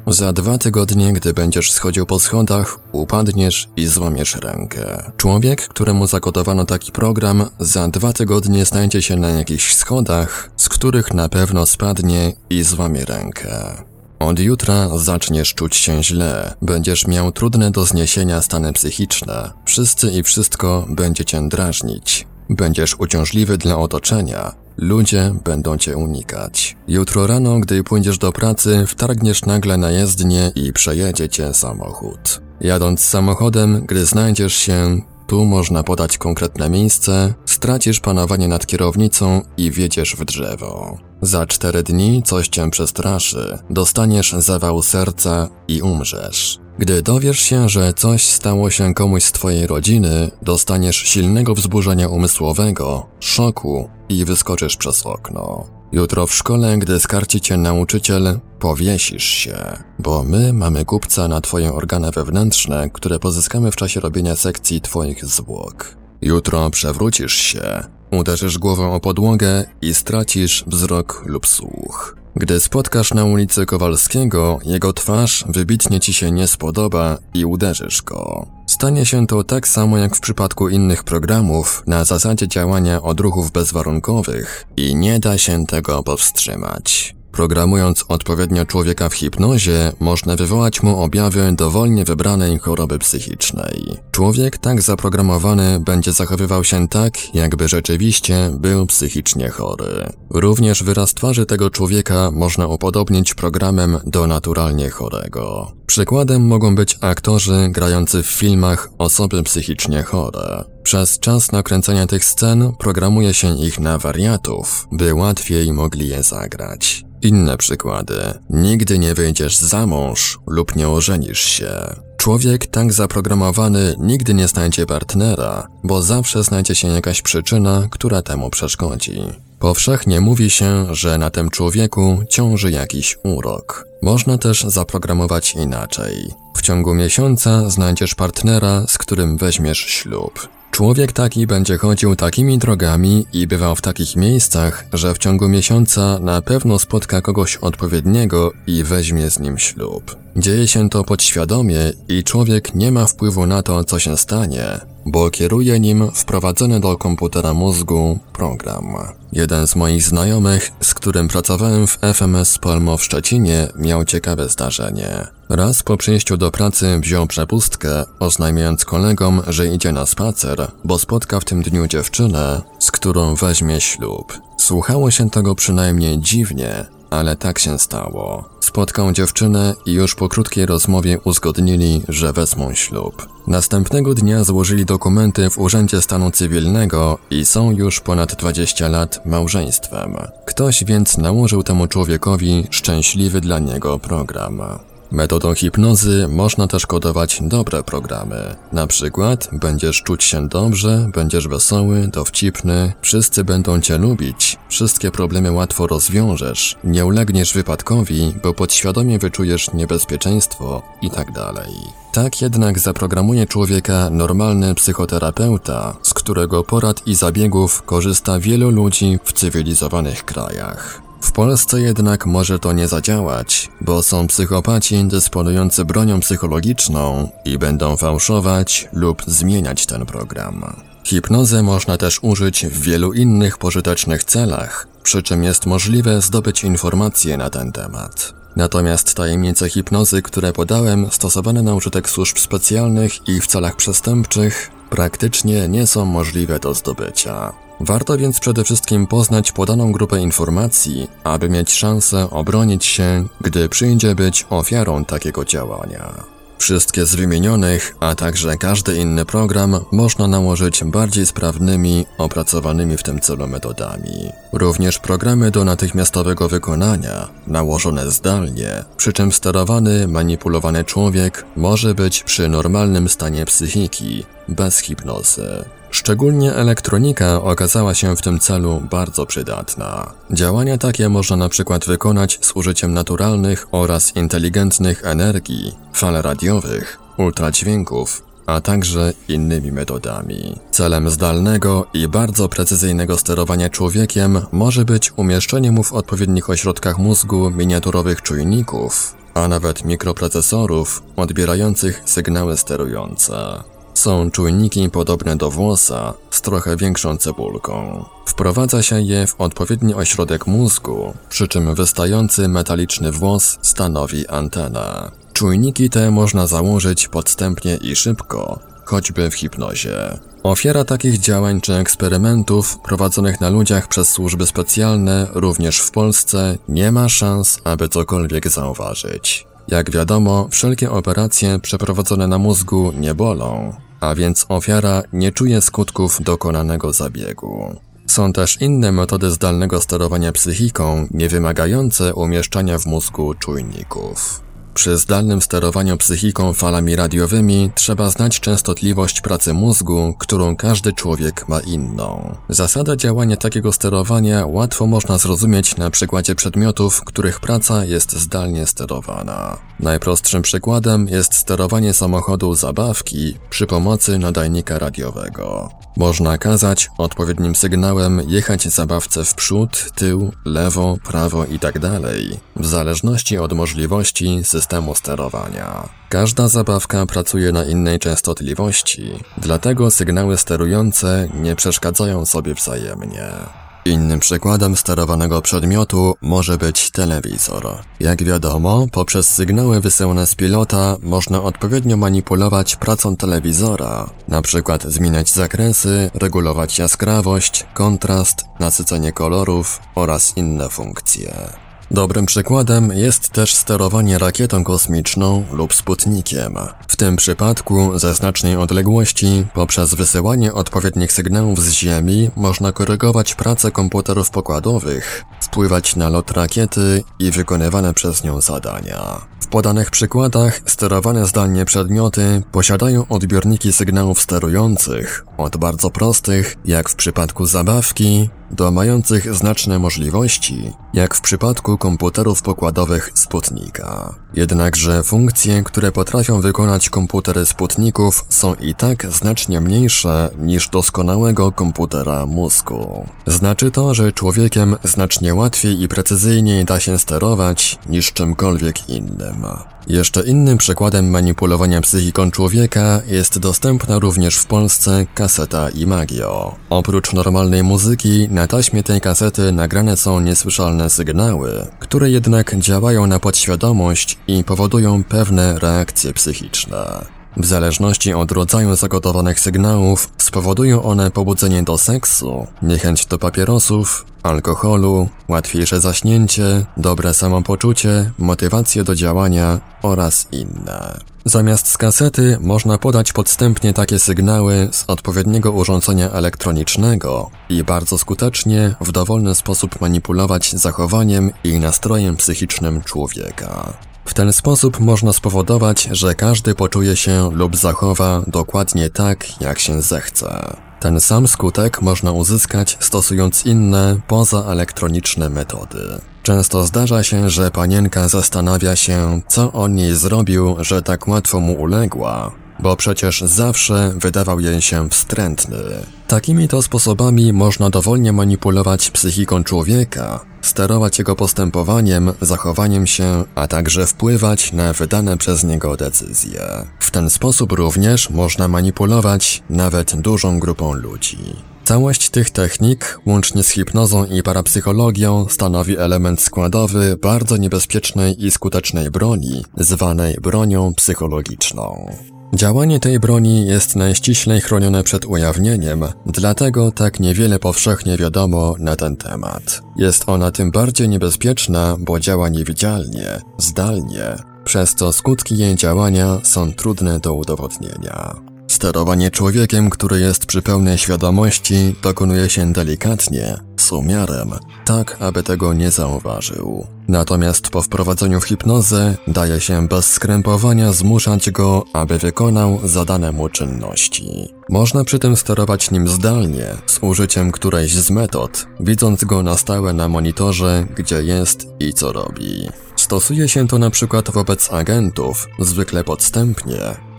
Za dwa tygodnie, gdy będziesz schodził po schodach, upadniesz i złamiesz rękę. Człowiek, któremu zakodowano taki program, za dwa tygodnie znajdzie się na jakichś schodach, z których na pewno spadnie i złamie rękę. Od jutra zaczniesz czuć się źle, będziesz miał trudne do zniesienia stany psychiczne, wszyscy i wszystko będzie cię drażnić, będziesz uciążliwy dla otoczenia, ludzie będą cię unikać. Jutro rano, gdy pójdziesz do pracy, wtargniesz nagle na jezdnię i przejedzie cię samochód. Jadąc samochodem, gdy znajdziesz się, tu można podać konkretne miejsce, stracisz panowanie nad kierownicą i wjedziesz w drzewo. Za cztery dni coś cię przestraszy, dostaniesz zawał serca i umrzesz. Gdy dowiesz się, że coś stało się komuś z twojej rodziny, dostaniesz silnego wzburzenia umysłowego, szoku i wyskoczysz przez okno. Jutro w szkole, gdy skarci cię nauczyciel, powiesisz się, bo my mamy kupca na twoje organy wewnętrzne, które pozyskamy w czasie robienia sekcji twoich zwłok. Jutro przewrócisz się, uderzysz głową o podłogę i stracisz wzrok lub słuch. Gdy spotkasz na ulicy Kowalskiego, jego twarz wybitnie ci się nie spodoba i uderzysz go. Stanie się to tak samo jak w przypadku innych programów na zasadzie działania odruchów bezwarunkowych i nie da się tego powstrzymać. Programując odpowiednio człowieka w hipnozie, można wywołać mu objawy dowolnie wybranej choroby psychicznej. Człowiek tak zaprogramowany będzie zachowywał się tak, jakby rzeczywiście był psychicznie chory. Również wyraz twarzy tego człowieka można upodobnić programem do naturalnie chorego. Przykładem mogą być aktorzy grający w filmach osoby psychicznie chore. Przez czas nakręcania tych scen programuje się ich na wariatów, by łatwiej mogli je zagrać. Inne przykłady. Nigdy nie wyjdziesz za mąż lub nie ożenisz się. Człowiek tak zaprogramowany nigdy nie znajdzie partnera, bo zawsze znajdzie się jakaś przyczyna, która temu przeszkodzi. Powszechnie mówi się, że na tym człowieku ciąży jakiś urok. Można też zaprogramować inaczej. W ciągu miesiąca znajdziesz partnera, z którym weźmiesz ślub. Człowiek taki będzie chodził takimi drogami i bywał w takich miejscach, że w ciągu miesiąca na pewno spotka kogoś odpowiedniego i weźmie z nim ślub. Dzieje się to podświadomie i człowiek nie ma wpływu na to, co się stanie, bo kieruje nim wprowadzony do komputera mózgu program. Jeden z moich znajomych, z którym pracowałem w F M S Polmo w Szczecinie, miał ciekawe zdarzenie. Raz po przyjściu do pracy wziął przepustkę, oznajmiając kolegom, że idzie na spacer, bo spotka w tym dniu dziewczynę, z którą weźmie ślub. Słuchało się tego przynajmniej dziwnie, ale tak się stało. Spotkał dziewczynę i już po krótkiej rozmowie uzgodnili, że wezmą ślub. Następnego dnia złożyli dokumenty w Urzędzie Stanu Cywilnego i są już ponad dwadzieścia lat małżeństwem. Ktoś więc nałożył temu człowiekowi szczęśliwy dla niego program. Metodą hipnozy można też kodować dobre programy. Na przykład będziesz czuć się dobrze, będziesz wesoły, dowcipny, wszyscy będą cię lubić, wszystkie problemy łatwo rozwiążesz, nie ulegniesz wypadkowi, bo podświadomie wyczujesz niebezpieczeństwo i tak dalej. Tak jednak zaprogramuje człowieka normalny psychoterapeuta, z którego porad i zabiegów korzysta wielu ludzi w cywilizowanych krajach. W Polsce jednak może to nie zadziałać, bo są psychopaci dysponujący bronią psychologiczną i będą fałszować lub zmieniać ten program. Hipnozę można też użyć w wielu innych pożytecznych celach, przy czym jest możliwe zdobyć informacje na ten temat. Natomiast tajemnice hipnozy, które podałem, stosowane na użytek służb specjalnych i w celach przestępczych, praktycznie nie są możliwe do zdobycia. Warto więc przede wszystkim poznać podaną grupę informacji, aby mieć szansę obronić się, gdy przyjdzie być ofiarą takiego działania. Wszystkie z wymienionych, a także każdy inny program można nałożyć bardziej sprawnymi, opracowanymi w tym celu metodami. Również programy do natychmiastowego wykonania, nałożone zdalnie, przy czym sterowany, manipulowany człowiek może być przy normalnym stanie psychiki, bez hipnozy. Szczególnie elektronika okazała się w tym celu bardzo przydatna. Działania takie można na przykład wykonać z użyciem naturalnych oraz inteligentnych energii, fal radiowych, ultradźwięków, a także innymi metodami. Celem zdalnego i bardzo precyzyjnego sterowania człowiekiem może być umieszczenie mu w odpowiednich ośrodkach mózgu miniaturowych czujników, a nawet mikroprocesorów odbierających sygnały sterujące. Są czujniki podobne do włosa z trochę większą cebulką. Wprowadza się je w odpowiedni ośrodek mózgu, przy czym wystający metaliczny włos stanowi antenę. Czujniki te można założyć podstępnie i szybko, choćby w hipnozie. Ofiara takich działań czy eksperymentów prowadzonych na ludziach przez służby specjalne, również w Polsce, nie ma szans, aby cokolwiek zauważyć. Jak wiadomo, wszelkie operacje przeprowadzone na mózgu nie bolą, a więc ofiara nie czuje skutków dokonanego zabiegu. Są też inne metody zdalnego sterowania psychiką, nie wymagające umieszczania w mózgu czujników. Przy zdalnym sterowaniu psychiką falami radiowymi trzeba znać częstotliwość pracy mózgu, którą każdy człowiek ma inną. Zasadę działania takiego sterowania łatwo można zrozumieć na przykładzie przedmiotów, których praca jest zdalnie sterowana. Najprostszym przykładem jest sterowanie samochodu zabawki przy pomocy nadajnika radiowego. Można kazać odpowiednim sygnałem jechać zabawce w przód, tył, lewo, prawo itd., w zależności od możliwości systemu sterowania. Każda zabawka pracuje na innej częstotliwości, dlatego sygnały sterujące nie przeszkadzają sobie wzajemnie. Innym przykładem sterowanego przedmiotu może być telewizor. Jak wiadomo, poprzez sygnały wysyłane z pilota można odpowiednio manipulować pracą telewizora, na przykład zmieniać zakresy, regulować jaskrawość, kontrast, nasycenie kolorów oraz inne funkcje. Dobrym przykładem jest też sterowanie rakietą kosmiczną lub sputnikiem. W tym przypadku ze znacznej odległości poprzez wysyłanie odpowiednich sygnałów z Ziemi można korygować pracę komputerów pokładowych, wpływać na lot rakiety i wykonywane przez nią zadania. W podanych przykładach sterowane zdalnie przedmioty posiadają odbiorniki sygnałów sterujących, od bardzo prostych, jak w przypadku zabawki, do mających znaczne możliwości, jak w przypadku komputerów pokładowych Sputnika. Jednakże funkcje, które potrafią wykonać komputery Sputników, są i tak znacznie mniejsze niż doskonałego komputera mózgu. Znaczy to, że człowiekiem znacznie łatwiej i precyzyjniej da się sterować niż czymkolwiek innym. Jeszcze innym przykładem manipulowania psychiką człowieka jest dostępna również w Polsce kaseta Imagio. Oprócz normalnej muzyki, na taśmie tej kasety nagrane są niesłyszalne sygnały, które jednak działają na podświadomość i powodują pewne reakcje psychiczne. W zależności od rodzaju zagotowanych sygnałów spowodują one pobudzenie do seksu, niechęć do papierosów, alkoholu, łatwiejsze zaśnięcie, dobre samopoczucie, motywację do działania oraz inne. Zamiast z kasety można podać podstępnie takie sygnały z odpowiedniego urządzenia elektronicznego i bardzo skutecznie w dowolny sposób manipulować zachowaniem i nastrojem psychicznym człowieka. W ten sposób można spowodować, że każdy poczuje się lub zachowa dokładnie tak, jak się zechce. Ten sam skutek można uzyskać stosując inne, pozaelektroniczne metody. Często zdarza się, że panienka zastanawia się, co on jej zrobił, że tak łatwo mu uległa, bo przecież zawsze wydawał jej się wstrętny. Takimi to sposobami można dowolnie manipulować psychiką człowieka, sterować jego postępowaniem, zachowaniem się, a także wpływać na wydane przez niego decyzje. W ten sposób również można manipulować nawet dużą grupą ludzi. Całość tych technik, łącznie z hipnozą i parapsychologią, stanowi element składowy bardzo niebezpiecznej i skutecznej broni, zwanej bronią psychologiczną. Działanie tej broni jest najściślej chronione przed ujawnieniem, dlatego tak niewiele powszechnie wiadomo na ten temat. Jest ona tym bardziej niebezpieczna, bo działa niewidzialnie, zdalnie, przez co skutki jej działania są trudne do udowodnienia. Sterowanie człowiekiem, który jest przy pełnej świadomości, dokonuje się delikatnie, z umiarem, tak aby tego nie zauważył. Natomiast po wprowadzeniu w hipnozę daje się bez skrępowania zmuszać go, aby wykonał zadane mu czynności. Można przy tym sterować nim zdalnie, z użyciem którejś z metod, widząc go na stałe na monitorze, gdzie jest i co robi. Stosuje się to na przykład wobec agentów, zwykle podstępnie,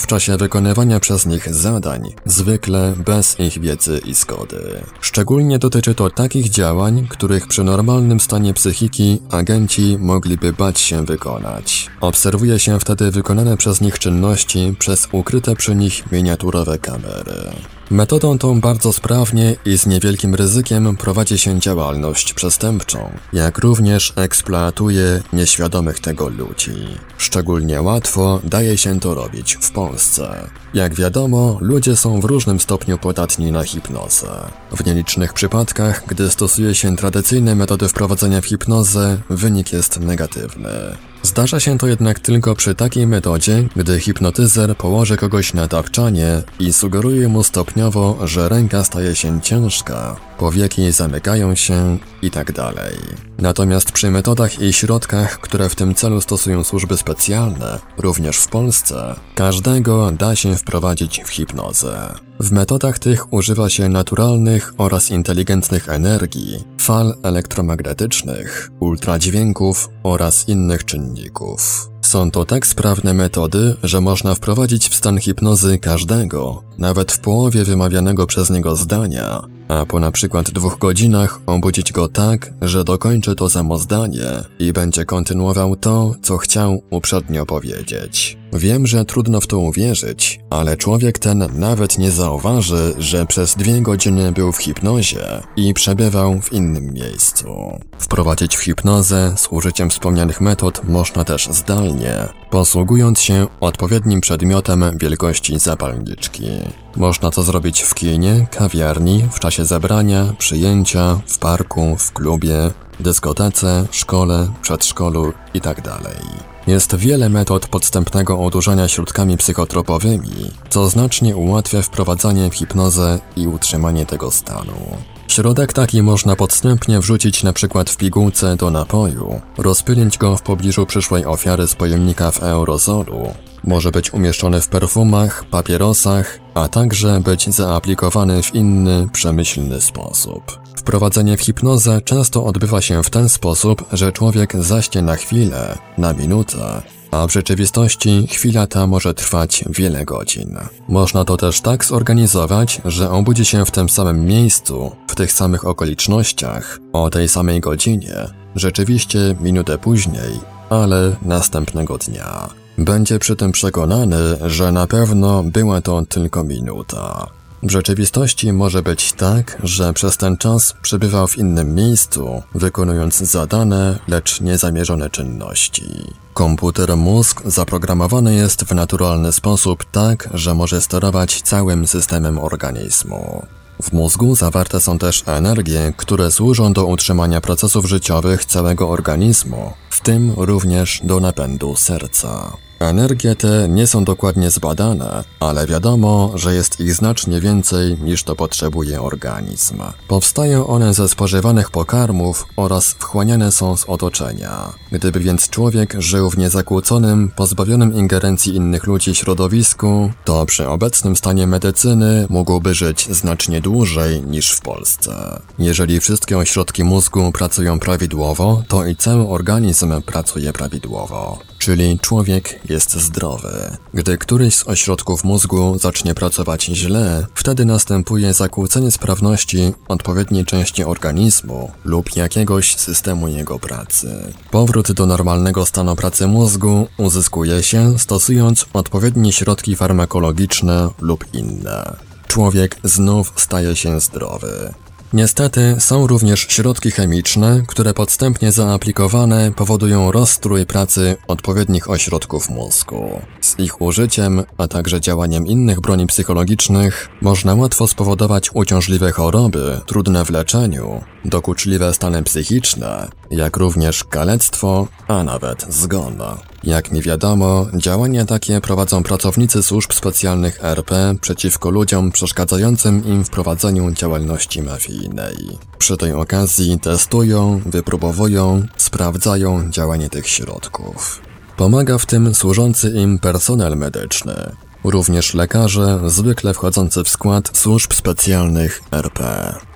w czasie wykonywania przez nich zadań, zwykle bez ich wiedzy i zgody. Szczególnie dotyczy to takich działań, których przy normalnym stanie psychiki agenci mogliby bać się wykonać. Obserwuje się wtedy wykonane przez nich czynności przez ukryte przy nich miniaturowe kamery. Metodą tą bardzo sprawnie i z niewielkim ryzykiem prowadzi się działalność przestępczą, jak również eksploatuje nieświadomych tego ludzi. Szczególnie łatwo daje się to robić w Polsce. Jak wiadomo, ludzie są w różnym stopniu podatni na hipnozę. W nielicznych przypadkach, gdy stosuje się tradycyjne metody wprowadzenia w hipnozę, wynik jest negatywny. Zdarza się to jednak tylko przy takiej metodzie, gdy hipnotyzer położy kogoś na tapczanie i sugeruje mu stopniowo, że ręka staje się ciężka, powieki zamykają się i tak dalej. Natomiast przy metodach i środkach, które w tym celu stosują służby specjalne, również w Polsce, każdego da się wprowadzić w hipnozę. W metodach tych używa się naturalnych oraz inteligentnych energii, fal elektromagnetycznych, ultradźwięków oraz innych czynników. Są to tak sprawne metody, że można wprowadzić w stan hipnozy każdego, nawet w połowie wymawianego przez niego zdania, a po na przykład dwóch godzinach obudzić go tak, że dokończy to samo zdanie i będzie kontynuował to, co chciał uprzednio powiedzieć. Wiem, że trudno w to uwierzyć, ale człowiek ten nawet nie zauważy, że przez dwie godziny był w hipnozie i przebywał w innym miejscu. Wprowadzić w hipnozę z użyciem wspomnianych metod można też zdalnie, posługując się odpowiednim przedmiotem wielkości zapalniczki. Można to zrobić w kinie, kawiarni, w czasie zebrania, przyjęcia, w parku, w klubie, dyskotece, szkole, przedszkolu itd. Jest wiele metod podstępnego odurzania środkami psychotropowymi, co znacznie ułatwia wprowadzanie w hipnozę i utrzymanie tego stanu. Środek taki można podstępnie wrzucić na przykład w pigułce do napoju, rozpylić go w pobliżu przyszłej ofiary z pojemnika w aerozolu. Może być umieszczony w perfumach, papierosach, a także być zaaplikowany w inny, przemyślny sposób. Wprowadzenie w hipnozę często odbywa się w ten sposób, że człowiek zaśnie na chwilę, na minutę, a w rzeczywistości chwila ta może trwać wiele godzin. Można to też tak zorganizować, że obudzi się w tym samym miejscu, w tych samych okolicznościach, o tej samej godzinie, rzeczywiście minutę później, ale następnego dnia. Będzie przy tym przekonany, że na pewno była to tylko minuta. W rzeczywistości może być tak, że przez ten czas przebywał w innym miejscu, wykonując zadane, lecz niezamierzone czynności. Komputer mózg zaprogramowany jest w naturalny sposób tak, że może sterować całym systemem organizmu. W mózgu zawarte są też energie, które służą do utrzymania procesów życiowych całego organizmu, w tym również do napędu serca. Energie te nie są dokładnie zbadane, ale wiadomo, że jest ich znacznie więcej niż to potrzebuje organizm. Powstają one ze spożywanych pokarmów oraz wchłaniane są z otoczenia. Gdyby więc człowiek żył w niezakłóconym, pozbawionym ingerencji innych ludzi środowisku, to przy obecnym stanie medycyny mógłby żyć znacznie dłużej niż w Polsce. Jeżeli wszystkie ośrodki mózgu pracują prawidłowo, to i cały organizm pracuje prawidłowo. Czyli człowiek jest zdrowy. Gdy któryś z ośrodków mózgu zacznie pracować źle, wtedy następuje zakłócenie sprawności odpowiedniej części organizmu lub jakiegoś systemu jego pracy. Powrót do normalnego stanu pracy mózgu uzyskuje się stosując odpowiednie środki farmakologiczne lub inne. Człowiek znów staje się zdrowy. Niestety są również środki chemiczne, które podstępnie zaaplikowane powodują rozstrój pracy odpowiednich ośrodków mózgu. Z ich użyciem, a także działaniem innych broni psychologicznych można łatwo spowodować uciążliwe choroby, trudne w leczeniu, dokuczliwe stany psychiczne, jak również kalectwo, a nawet zgon. Jak mi wiadomo, działania takie prowadzą pracownicy służb specjalnych R P przeciwko ludziom przeszkadzającym im w prowadzeniu działalności mafijnej. Przy tej okazji testują, wypróbowują, sprawdzają działanie tych środków. Pomaga w tym służący im personel medyczny, również lekarze zwykle wchodzący w skład służb specjalnych R P.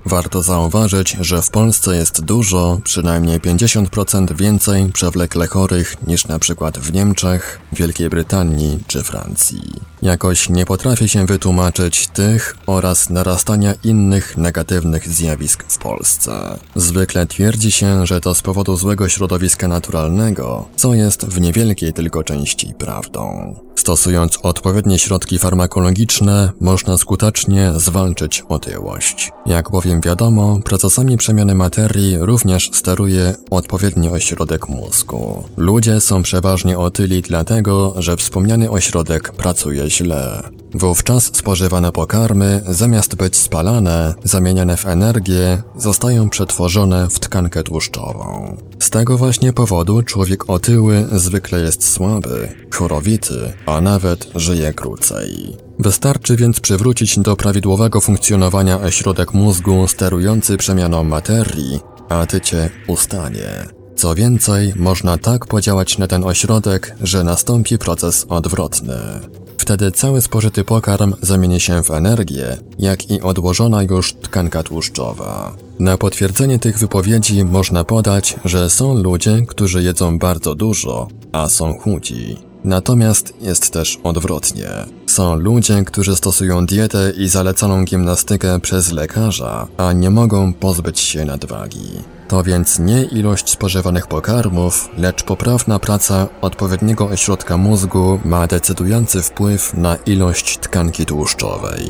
Warto zauważyć, że w Polsce jest dużo, przynajmniej pięćdziesiąt procent więcej przewlekle chorych niż na przykład w Niemczech, Wielkiej Brytanii czy Francji. Jakoś nie potrafię się wytłumaczyć tych oraz narastania innych negatywnych zjawisk w Polsce. Zwykle twierdzi się, że to z powodu złego środowiska naturalnego, co jest w niewielkiej tylko części prawdą. Stosując odpowiednie środki farmakologiczne, można skutecznie zwalczyć otyłość. Jak bowiem wiadomo, procesami przemiany materii również steruje odpowiedni ośrodek mózgu. Ludzie są przeważnie otyli dlatego, że wspomniany ośrodek pracuje źle. Wówczas spożywane pokarmy, zamiast być spalane, zamieniane w energię, zostają przetworzone w tkankę tłuszczową. Z tego właśnie powodu człowiek otyły zwykle jest słaby, chorowity, a nawet żyje krócej. Wystarczy więc przywrócić do prawidłowego funkcjonowania ośrodek mózgu sterujący przemianą materii, a tycie ustanie. Co więcej, można tak podziałać na ten ośrodek, że nastąpi proces odwrotny. Wtedy cały spożyty pokarm zamieni się w energię, jak i odłożona już tkanka tłuszczowa. Na potwierdzenie tych wypowiedzi można podać, że są ludzie, którzy jedzą bardzo dużo, a są chudzi. Natomiast jest też odwrotnie. Są ludzie, którzy stosują dietę i zalecaną gimnastykę przez lekarza, a nie mogą pozbyć się nadwagi. To więc nie ilość spożywanych pokarmów, lecz poprawna praca odpowiedniego ośrodka mózgu ma decydujący wpływ na ilość tkanki tłuszczowej.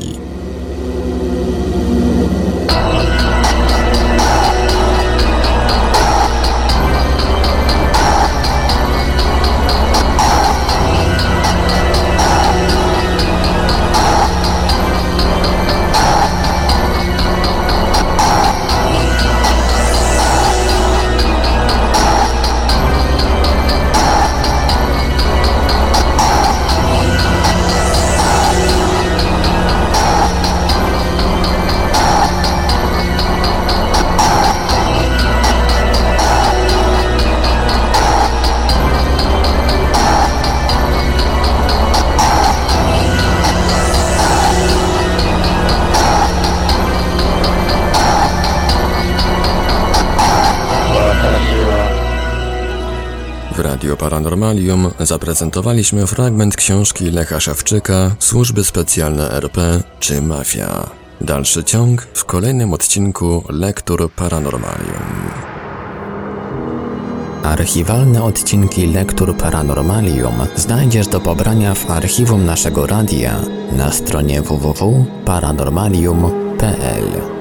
W Radio Paranormalium zaprezentowaliśmy fragment książki Lecha Szewczyka Służby Specjalne R P czy Mafia. Dalszy ciąg w kolejnym odcinku Lektur Paranormalium. Archiwalne odcinki Lektur Paranormalium znajdziesz do pobrania w archiwum naszego radia na stronie w w w kropka paranormalium kropka p l.